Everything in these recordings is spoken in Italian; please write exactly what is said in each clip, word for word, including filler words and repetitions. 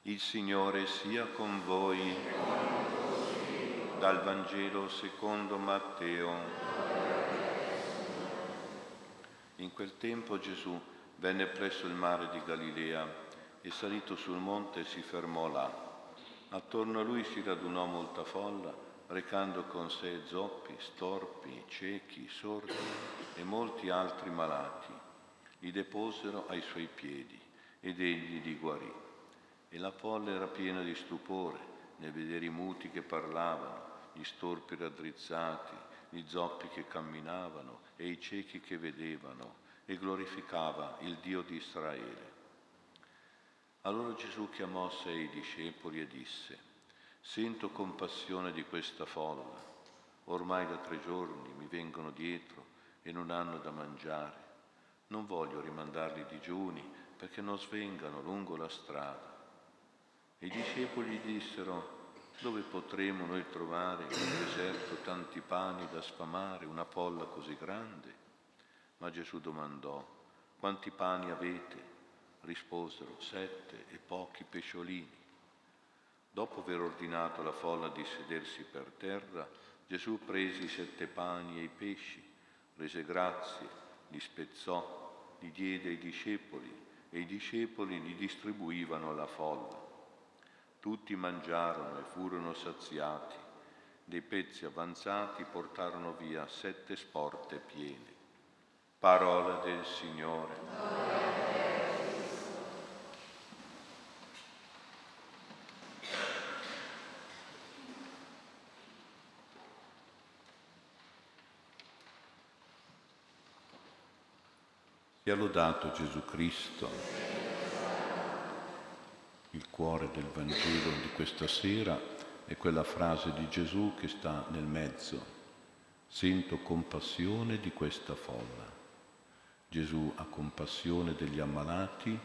Il Signore sia con voi. Dal Vangelo secondo Matteo. In quel tempo Gesù venne presso il mare di Galilea e salito sul monte si fermò là. Attorno a lui si radunò molta folla, recando con sé zoppi, storpi, ciechi, sordi e molti altri malati. Li deposero ai suoi piedi ed egli li guarì. E la folla era piena di stupore nel vedere i muti che parlavano, gli storpi raddrizzati, gli zoppi che camminavano e i ciechi che vedevano, e glorificava il Dio di Israele. Allora Gesù chiamò sei discepoli e disse: «Sento compassione di questa folla. Ormai da tre giorni mi vengono dietro e non hanno da mangiare. Non voglio rimandarli digiuni perché non svengano lungo la strada». E i discepoli gli dissero: «Dove potremo noi trovare nel deserto tanti pani da sfamare una folla così grande?» Ma Gesù domandò: «Quanti pani avete?» Risposero: «Sette e pochi pesciolini». Dopo aver ordinato alla folla di sedersi per terra, Gesù prese i sette pani e i pesci, rese grazie, li spezzò, li diede ai discepoli e i discepoli li distribuivano alla folla. Tutti mangiarono e furono saziati. Dei pezzi avanzati portarono via sette sporte piene. Parola del Signore. Sia lodato Gesù Cristo. Il cuore del Vangelo di questa sera è quella frase di Gesù che sta nel mezzo: «Sento compassione di questa folla». Gesù ha compassione degli ammalati,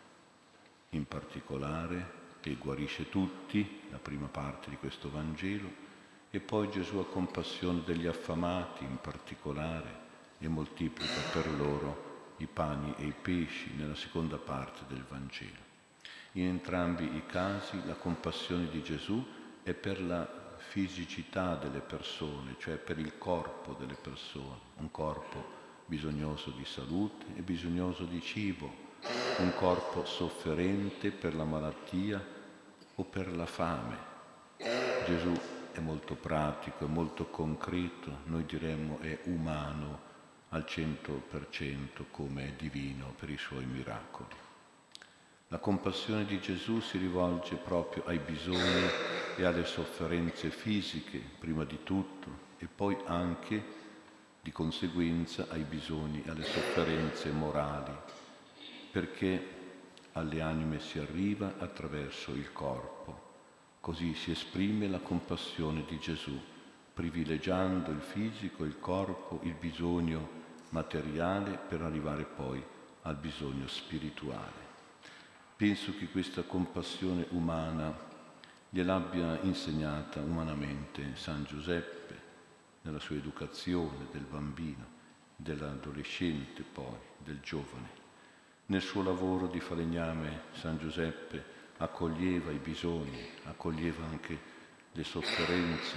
in particolare, che guarisce tutti, la prima parte di questo Vangelo, e poi Gesù ha compassione degli affamati, in particolare, e moltiplica per loro i pani e i pesci, nella seconda parte del Vangelo. In entrambi i casi la compassione di Gesù è per la fisicità delle persone, cioè per il corpo delle persone, un corpo bisognoso di salute e bisognoso di cibo, un corpo sofferente per la malattia o per la fame. Gesù è molto pratico, è molto concreto, noi diremmo è umano al cento per cento come è divino per i suoi miracoli. La compassione di Gesù si rivolge proprio ai bisogni e alle sofferenze fisiche, prima di tutto, e poi anche, di conseguenza, ai bisogni e alle sofferenze morali, perché alle anime si arriva attraverso il corpo. Così si esprime la compassione di Gesù, privilegiando il fisico, il corpo, il bisogno materiale per arrivare poi al bisogno spirituale. Penso che questa compassione umana gliel'abbia insegnata umanamente San Giuseppe nella sua educazione del bambino, dell'adolescente poi, del giovane. Nel suo lavoro di falegname San Giuseppe accoglieva i bisogni, accoglieva anche le sofferenze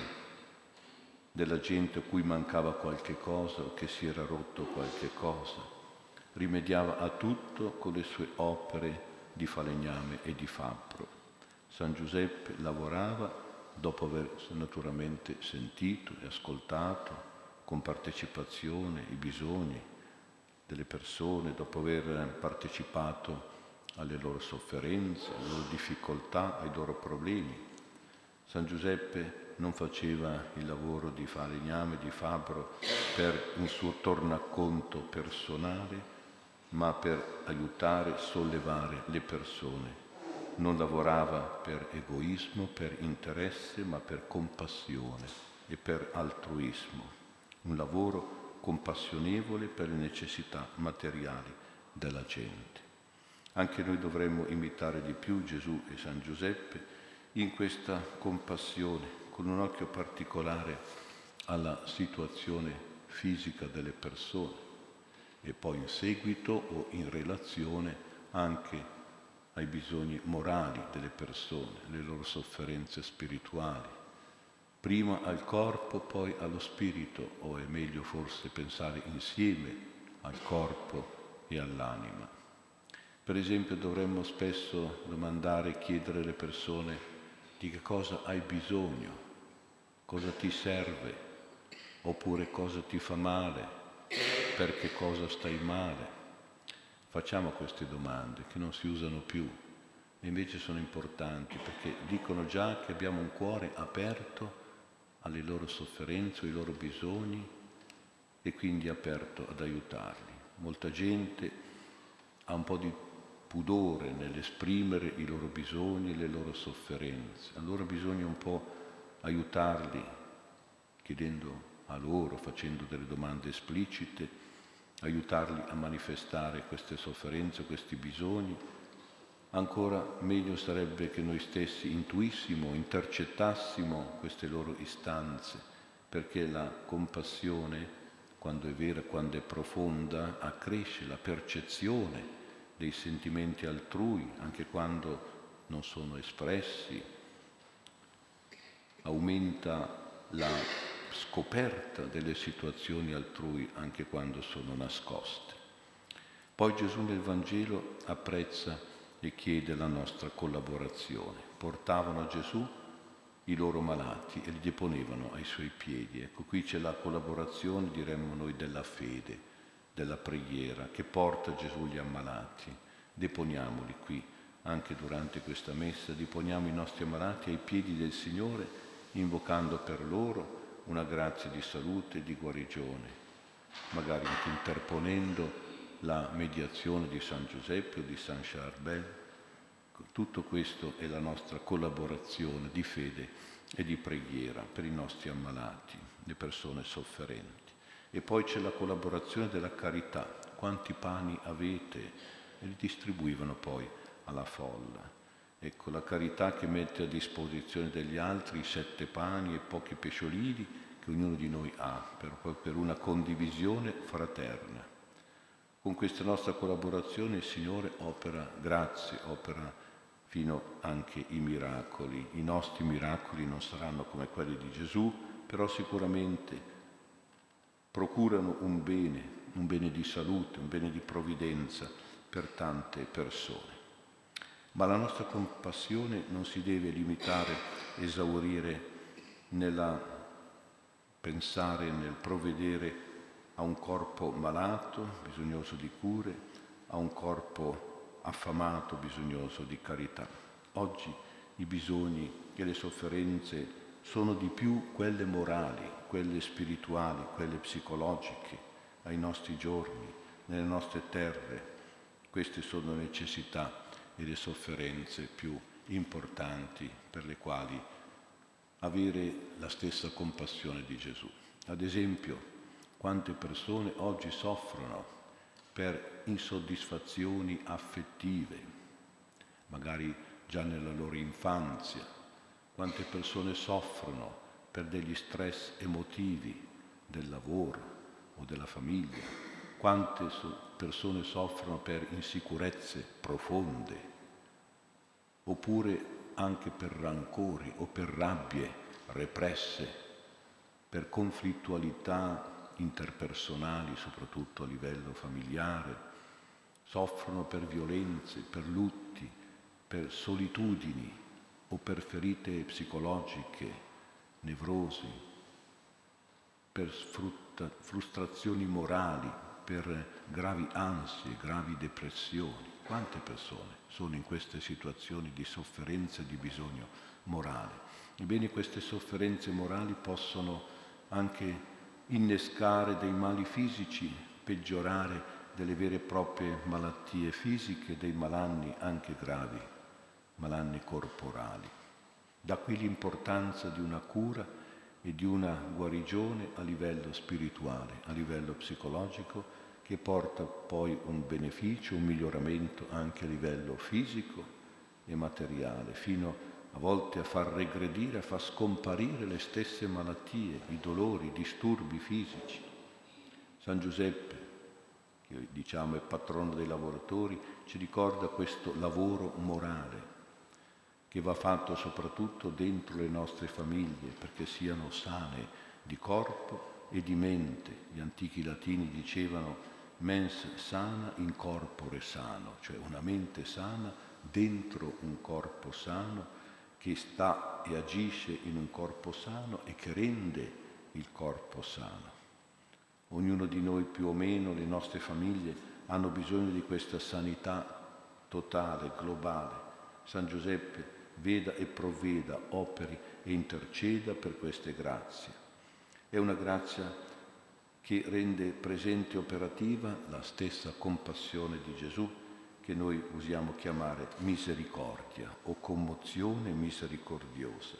della gente a cui mancava qualche cosa o che si era rotto qualche cosa. Rimediava a tutto con le sue opere di falegname e di fabbro. San Giuseppe lavorava dopo aver naturalmente sentito e ascoltato con partecipazione i bisogni delle persone, dopo aver partecipato alle loro sofferenze, alle loro difficoltà, ai loro problemi. San Giuseppe non faceva il lavoro di falegname, di fabbro per un suo tornaconto personale, ma per aiutare, sollevare le persone. Non lavorava per egoismo, per interesse, ma per compassione e per altruismo. Un lavoro compassionevole per le necessità materiali della gente. Anche noi dovremmo imitare di più Gesù e San Giuseppe in questa compassione, con un occhio particolare alla situazione fisica delle persone, e poi in seguito o in relazione anche ai bisogni morali delle persone, alle loro sofferenze spirituali. Prima al corpo, poi allo spirito, o è meglio forse pensare insieme al corpo e all'anima. Per esempio dovremmo spesso domandare e chiedere alle persone di che cosa hai bisogno, cosa ti serve, oppure cosa ti fa male, per che cosa stai male. Facciamo queste domande che non si usano più e invece sono importanti perché dicono già che abbiamo un cuore aperto alle loro sofferenze, ai loro bisogni e quindi aperto ad aiutarli. Molta gente ha un po' di pudore nell'esprimere i loro bisogni e le loro sofferenze. Allora bisogna un po' aiutarli, chiedendo a loro, facendo delle domande esplicite, aiutarli a manifestare queste sofferenze, questi bisogni. Ancora meglio sarebbe che noi stessi intuissimo, intercettassimo queste loro istanze, perché la compassione, quando è vera, quando è profonda, accresce la percezione dei sentimenti altrui, anche quando non sono espressi, aumenta la scoperta delle situazioni altrui, anche quando sono nascoste. Poi Gesù nel Vangelo apprezza e chiede la nostra collaborazione. Portavano a Gesù i loro malati e li deponevano ai suoi piedi. Ecco, qui c'è la collaborazione, diremmo noi, della fede, della preghiera, che porta Gesù gli ammalati. Deponiamoli qui, anche durante questa messa, deponiamo i nostri ammalati ai piedi del Signore, invocando per loro una grazia di salute e di guarigione, magari anche interponendo la mediazione di San Giuseppe o di San Charbel. Tutto questo è la nostra collaborazione di fede e di preghiera per i nostri ammalati, le persone sofferenti. E poi c'è la collaborazione della carità. Quanti pani avete? E li distribuivano poi alla folla. Ecco, la carità che mette a disposizione degli altri i sette pani e pochi pesciolini che ognuno di noi ha, per, per una condivisione fraterna. Con questa nostra collaborazione il Signore opera grazie, opera fino anche i miracoli. I nostri miracoli non saranno come quelli di Gesù, però sicuramente procurano un bene, un bene di salute, un bene di provvidenza per tante persone. Ma la nostra compassione non si deve limitare, esaurire nella pensare, nel provvedere a un corpo malato, bisognoso di cure, a un corpo affamato, bisognoso di carità. Oggi i bisogni e le sofferenze sono di più quelle morali, quelle spirituali, quelle psicologiche, ai nostri giorni, nelle nostre terre. Queste sono le necessità e le sofferenze più importanti per le quali avere la stessa compassione di Gesù. Ad esempio, quante persone oggi soffrono per insoddisfazioni affettive, magari già nella loro infanzia. Quante persone soffrono per degli stress emotivi del lavoro o della famiglia. Quante persone soffrono per insicurezze profonde, oppure anche per rancori o per rabbie represse, per conflittualità interpersonali, soprattutto a livello familiare, soffrono per violenze, per lutti, per solitudini o per ferite psicologiche, nevrosi, per sfrutta, frustrazioni morali, per gravi ansie, gravi depressioni. Quante persone sono in queste situazioni di sofferenza e di bisogno morale? Ebbene, queste sofferenze morali possono anche innescare dei mali fisici, peggiorare delle vere e proprie malattie fisiche, dei malanni anche gravi, malanni corporali. Da qui l'importanza di una cura e di una guarigione a livello spirituale, a livello psicologico, che porta poi un beneficio, un miglioramento anche a livello fisico e materiale, fino a volte a far regredire, a far scomparire le stesse malattie, i dolori, i disturbi fisici. San Giuseppe che diciamo è patrono dei lavoratori, ci ricorda questo lavoro morale che va fatto soprattutto dentro le nostre famiglie perché siano sane di corpo e di mente. Gli antichi latini dicevano mens sana in corpore sano, cioè una mente sana dentro un corpo sano che sta e agisce in un corpo sano e che rende il corpo sano. Ognuno di noi più o meno, le nostre famiglie, hanno bisogno di questa sanità totale, globale. San Giuseppe veda e provveda, operi e interceda per queste grazie. È una grazia che rende presente e operativa la stessa compassione di Gesù che noi usiamo chiamare misericordia o commozione misericordiosa.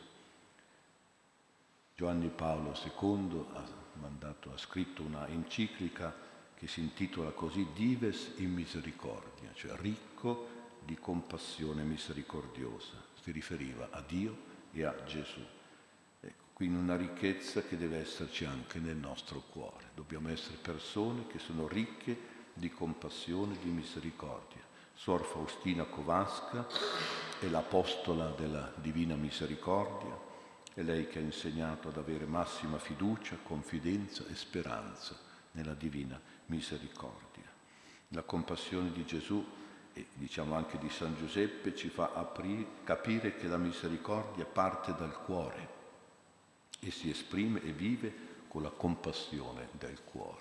Giovanni Paolo secondo ha mandato, ha scritto una enciclica che si intitola così Dives in misericordia, cioè ricco di compassione misericordiosa. Si riferiva a Dio e a Gesù. Ecco, quindi una ricchezza che deve esserci anche nel nostro cuore. Dobbiamo essere persone che sono ricche di compassione e di misericordia. Suor Faustina Kowalska è l'apostola della Divina Misericordia. È lei che ha insegnato ad avere massima fiducia, confidenza e speranza nella Divina Misericordia. La compassione di Gesù e diciamo anche di San Giuseppe ci fa aprire, capire che la misericordia parte dal cuore e si esprime e vive con la compassione del cuore.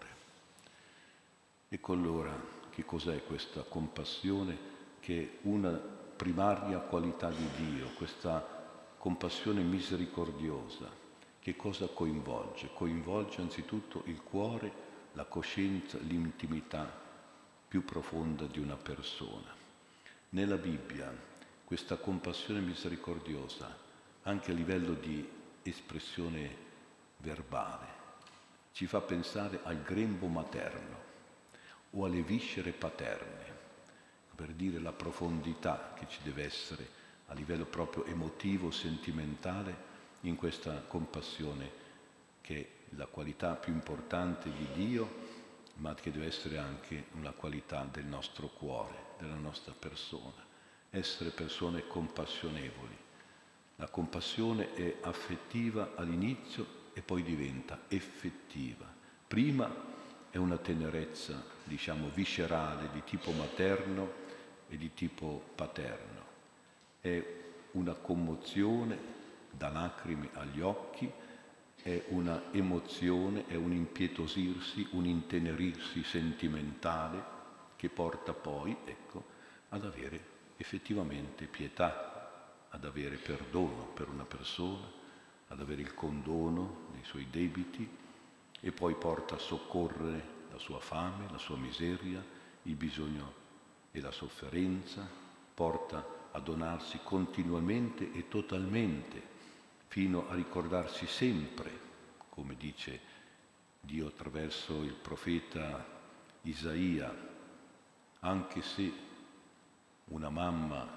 Ecco allora che cos'è questa compassione, che è una primaria qualità di Dio, questa compassione misericordiosa. Che cosa coinvolge? Coinvolge anzitutto il cuore, la coscienza, l'intimità più profonda di una persona. Nella Bibbia questa compassione misericordiosa, anche a livello di espressione verbale, ci fa pensare al grembo materno o alle viscere paterne, per dire la profondità che ci deve essere a livello proprio emotivo, sentimentale, in questa compassione che è la qualità più importante di Dio, ma che deve essere anche una qualità del nostro cuore, della nostra persona. Essere persone compassionevoli. La compassione è affettiva all'inizio e poi diventa effettiva. Prima è una tenerezza, diciamo, viscerale, di tipo materno e di tipo paterno. È una commozione da lacrime agli occhi, è una emozione, è un impietosirsi, un intenerirsi sentimentale che porta poi, ecco, ad avere effettivamente pietà, ad avere perdono per una persona, ad avere il condono dei suoi debiti e poi porta a soccorrere la sua fame, la sua miseria, il bisogno e la sofferenza, porta a donarsi continuamente e totalmente, fino a ricordarsi sempre, come dice Dio attraverso il profeta Isaia, anche se una mamma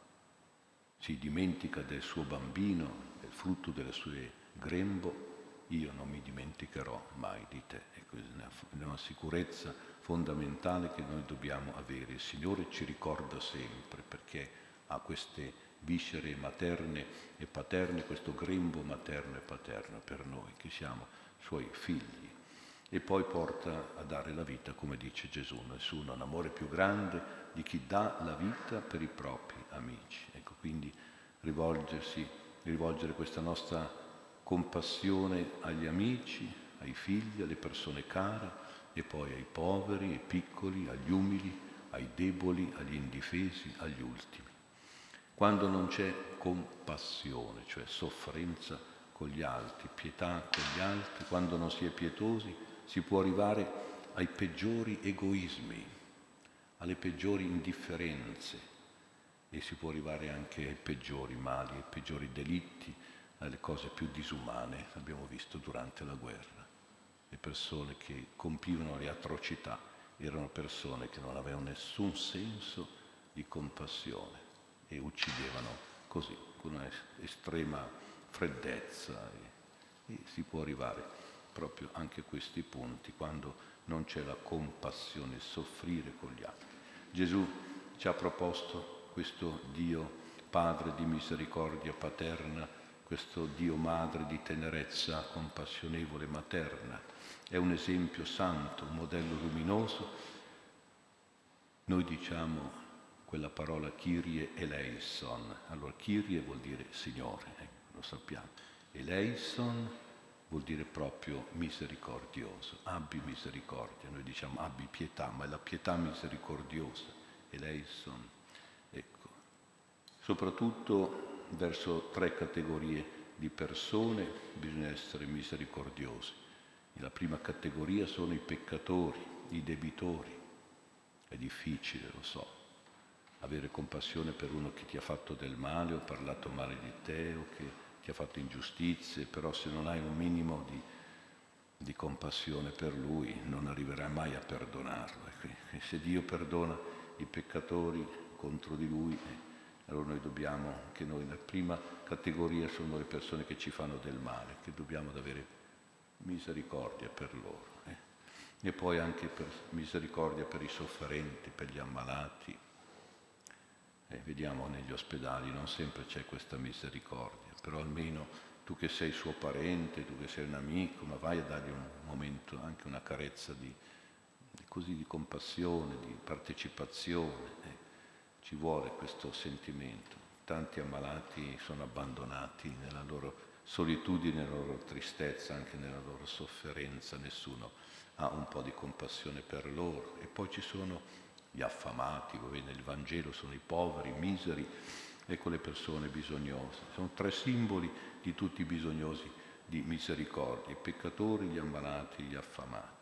si dimentica del suo bambino, del frutto del suo grembo, io non mi dimenticherò mai di te. E questa è una sicurezza fondamentale che noi dobbiamo avere. Il Signore ci ricorda sempre, perché ha queste viscere materne e paterne, questo grembo materno e paterno per noi, che siamo Suoi figli. E poi porta a dare la vita, come dice Gesù, nessuno ha un amore più grande di chi dà la vita per i propri amici. Ecco, quindi rivolgersi, rivolgere questa nostra compassione agli amici, ai figli, alle persone care e poi ai poveri, ai piccoli, agli umili, ai deboli, agli indifesi, agli ultimi. Quando non c'è compassione, cioè sofferenza con gli altri, pietà con gli altri, quando non si è pietosi, si può arrivare ai peggiori egoismi, alle peggiori indifferenze e si può arrivare anche ai peggiori mali, ai peggiori delitti, alle cose più disumane, abbiamo visto durante la guerra. Le persone che compivano le atrocità erano persone che non avevano nessun senso di compassione e uccidevano così, con un'estrema freddezza. E, e si può arrivare proprio anche a questi punti, quando non c'è la compassione, soffrire con gli altri. Gesù ci ha proposto questo Dio Padre di misericordia paterna, questo Dio Madre di tenerezza compassionevole materna. È un esempio santo, un modello luminoso. Noi diciamo quella parola Kyrie eleison. Allora Kyrie vuol dire Signore, ecco, lo sappiamo. Eleison vuol dire proprio misericordioso, abbi misericordia. Noi diciamo abbi pietà, ma è la pietà misericordiosa, eleison. Ecco, soprattutto verso tre categorie di persone bisogna essere misericordiosi. La prima categoria sono i peccatori, i debitori. È difficile, lo so, avere compassione per uno che ti ha fatto del male o parlato male di te o che ti ha fatto ingiustizie, però se non hai un minimo di, di compassione per lui non arriverai mai a perdonarlo. E se Dio perdona i peccatori contro di lui, eh, allora noi dobbiamo, che noi la prima categoria sono le persone che ci fanno del male, che dobbiamo avere misericordia per loro. Eh. E poi anche per misericordia per i sofferenti, per gli ammalati. Eh, vediamo negli ospedali, non sempre c'è questa misericordia, però almeno tu che sei suo parente, tu che sei un amico, ma vai a dargli un momento, anche una carezza di, di, così, di compassione, di partecipazione. Eh. Ci vuole questo sentimento. Tanti ammalati sono abbandonati nella loro solitudine, nella loro tristezza, anche nella loro sofferenza. Nessuno ha un po' di compassione per loro. E poi ci sono gli affamati, voi nel Vangelo sono i poveri, i miseri, ecco le persone bisognose. Sono tre simboli di tutti i bisognosi di misericordia, i peccatori, gli ammalati, gli affamati.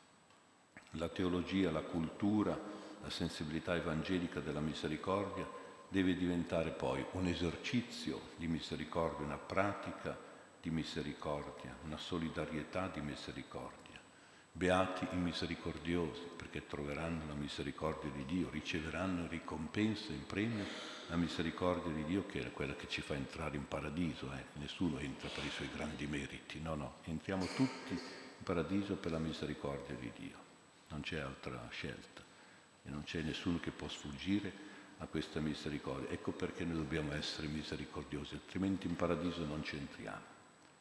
La teologia, la cultura, la sensibilità evangelica della misericordia deve diventare poi un esercizio di misericordia, una pratica di misericordia, una solidarietà di misericordia. Beati i misericordiosi, perché troveranno la misericordia di Dio, riceveranno in ricompensa, in premio, la misericordia di Dio, che è quella che ci fa entrare in paradiso. Eh. Nessuno entra per i suoi grandi meriti, no, no, entriamo tutti in paradiso per la misericordia di Dio. Non c'è altra scelta e non c'è nessuno che può sfuggire a questa misericordia. Ecco perché noi dobbiamo essere misericordiosi, altrimenti in paradiso non ci entriamo.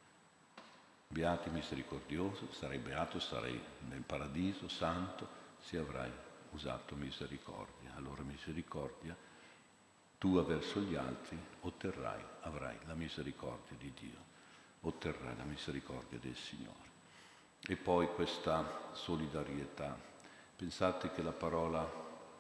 Beati misericordioso, sarai beato, sarai nel paradiso santo se avrai usato misericordia. Allora misericordia, tua verso gli altri, otterrai, avrai la misericordia di Dio, otterrai la misericordia del Signore. E poi questa solidarietà. Pensate che la parola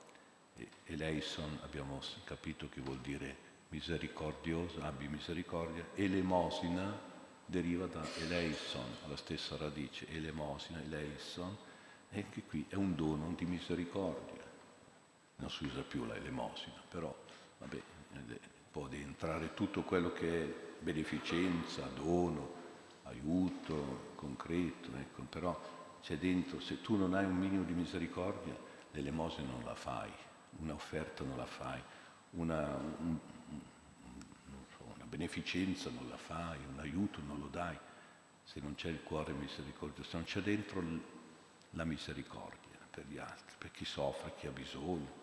eleison, abbiamo capito che vuol dire misericordioso, abbi misericordia, elemosina deriva da eleison, la stessa radice, elemosina, eleison, e che qui è un dono di misericordia. Non si usa più la elemosina, però vabbè, può entrare tutto quello che è beneficenza, dono, aiuto concreto, ecco, però c'è dentro, se tu non hai un minimo di misericordia, l'elemosina non la fai, un'offerta non la fai, una, un, non so, una beneficenza non la fai, un aiuto non lo dai, se non c'è il cuore misericordioso, se non c'è dentro la misericordia per gli altri, per chi soffre, chi ha bisogno.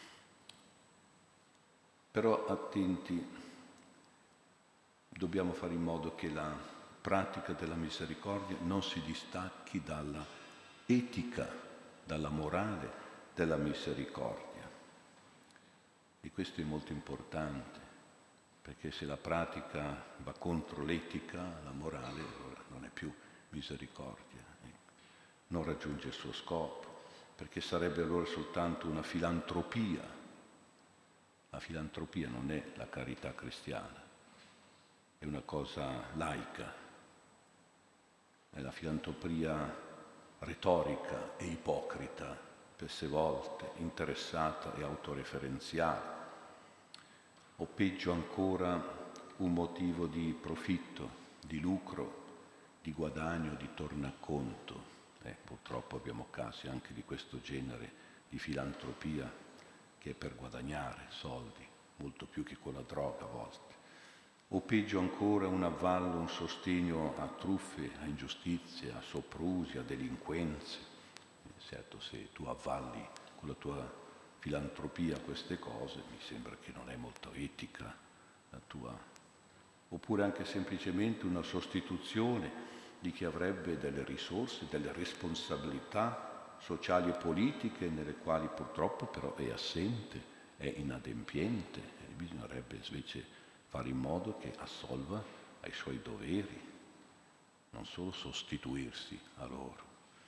Però attenti, dobbiamo fare in modo che la pratica della misericordia non si distacchi dalla etica, dalla morale della misericordia. E questo è molto importante, perché se la pratica va contro l'etica, la morale, allora non è più misericordia, ecco. Non raggiunge il suo scopo, perché sarebbe allora soltanto una filantropia. La filantropia non è la carità cristiana, è una cosa laica, è la filantropia retorica e ipocrita, spesse volte interessata e autoreferenziale, o peggio ancora un motivo di profitto, di lucro, di guadagno, di tornaconto. Eh, purtroppo abbiamo casi anche di questo genere di filantropia che è per guadagnare soldi, molto più che con la droga a volte. O peggio ancora un avvallo, un sostegno a truffe, a ingiustizie, a soprusi, a delinquenze. Certo, se tu avvalli con la tua filantropia queste cose, mi sembra che non è molto etica la tua... Oppure anche semplicemente una sostituzione di chi avrebbe delle risorse, delle responsabilità sociali e politiche nelle quali purtroppo però è assente, è inadempiente, e bisognerebbe invece fare in modo che assolva ai suoi doveri, non solo sostituirsi a loro.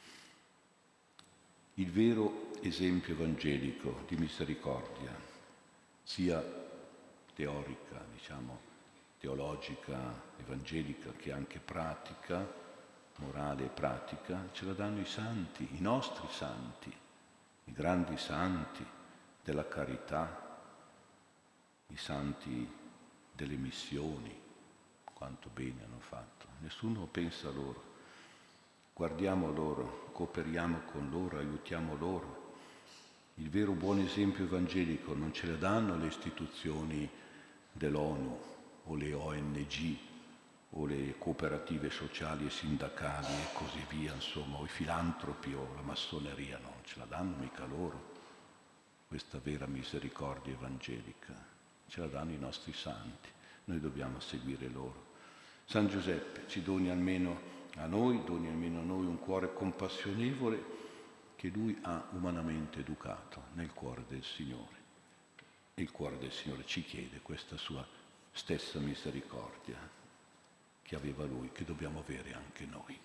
Il vero esempio evangelico di misericordia, sia teorica, diciamo, teologica, evangelica, che anche pratica, morale e pratica, ce la danno i santi, i nostri santi, i grandi santi della carità, i santi delle missioni, quanto bene hanno fatto. Nessuno pensa a loro. Guardiamo loro, cooperiamo con loro, aiutiamo loro. Il vero buon esempio evangelico non ce lo danno le istituzioni dell'ONU o le O N G o le cooperative sociali e sindacali e così via, insomma, o i filantropi o la massoneria, no, non ce la danno mica loro, questa vera misericordia evangelica. Ce la danno i nostri santi, noi dobbiamo seguire loro. San Giuseppe ci doni almeno a noi, doni almeno a noi un cuore compassionevole che lui ha umanamente educato nel cuore del Signore. Il cuore del Signore ci chiede questa sua stessa misericordia che aveva lui, che dobbiamo avere anche noi.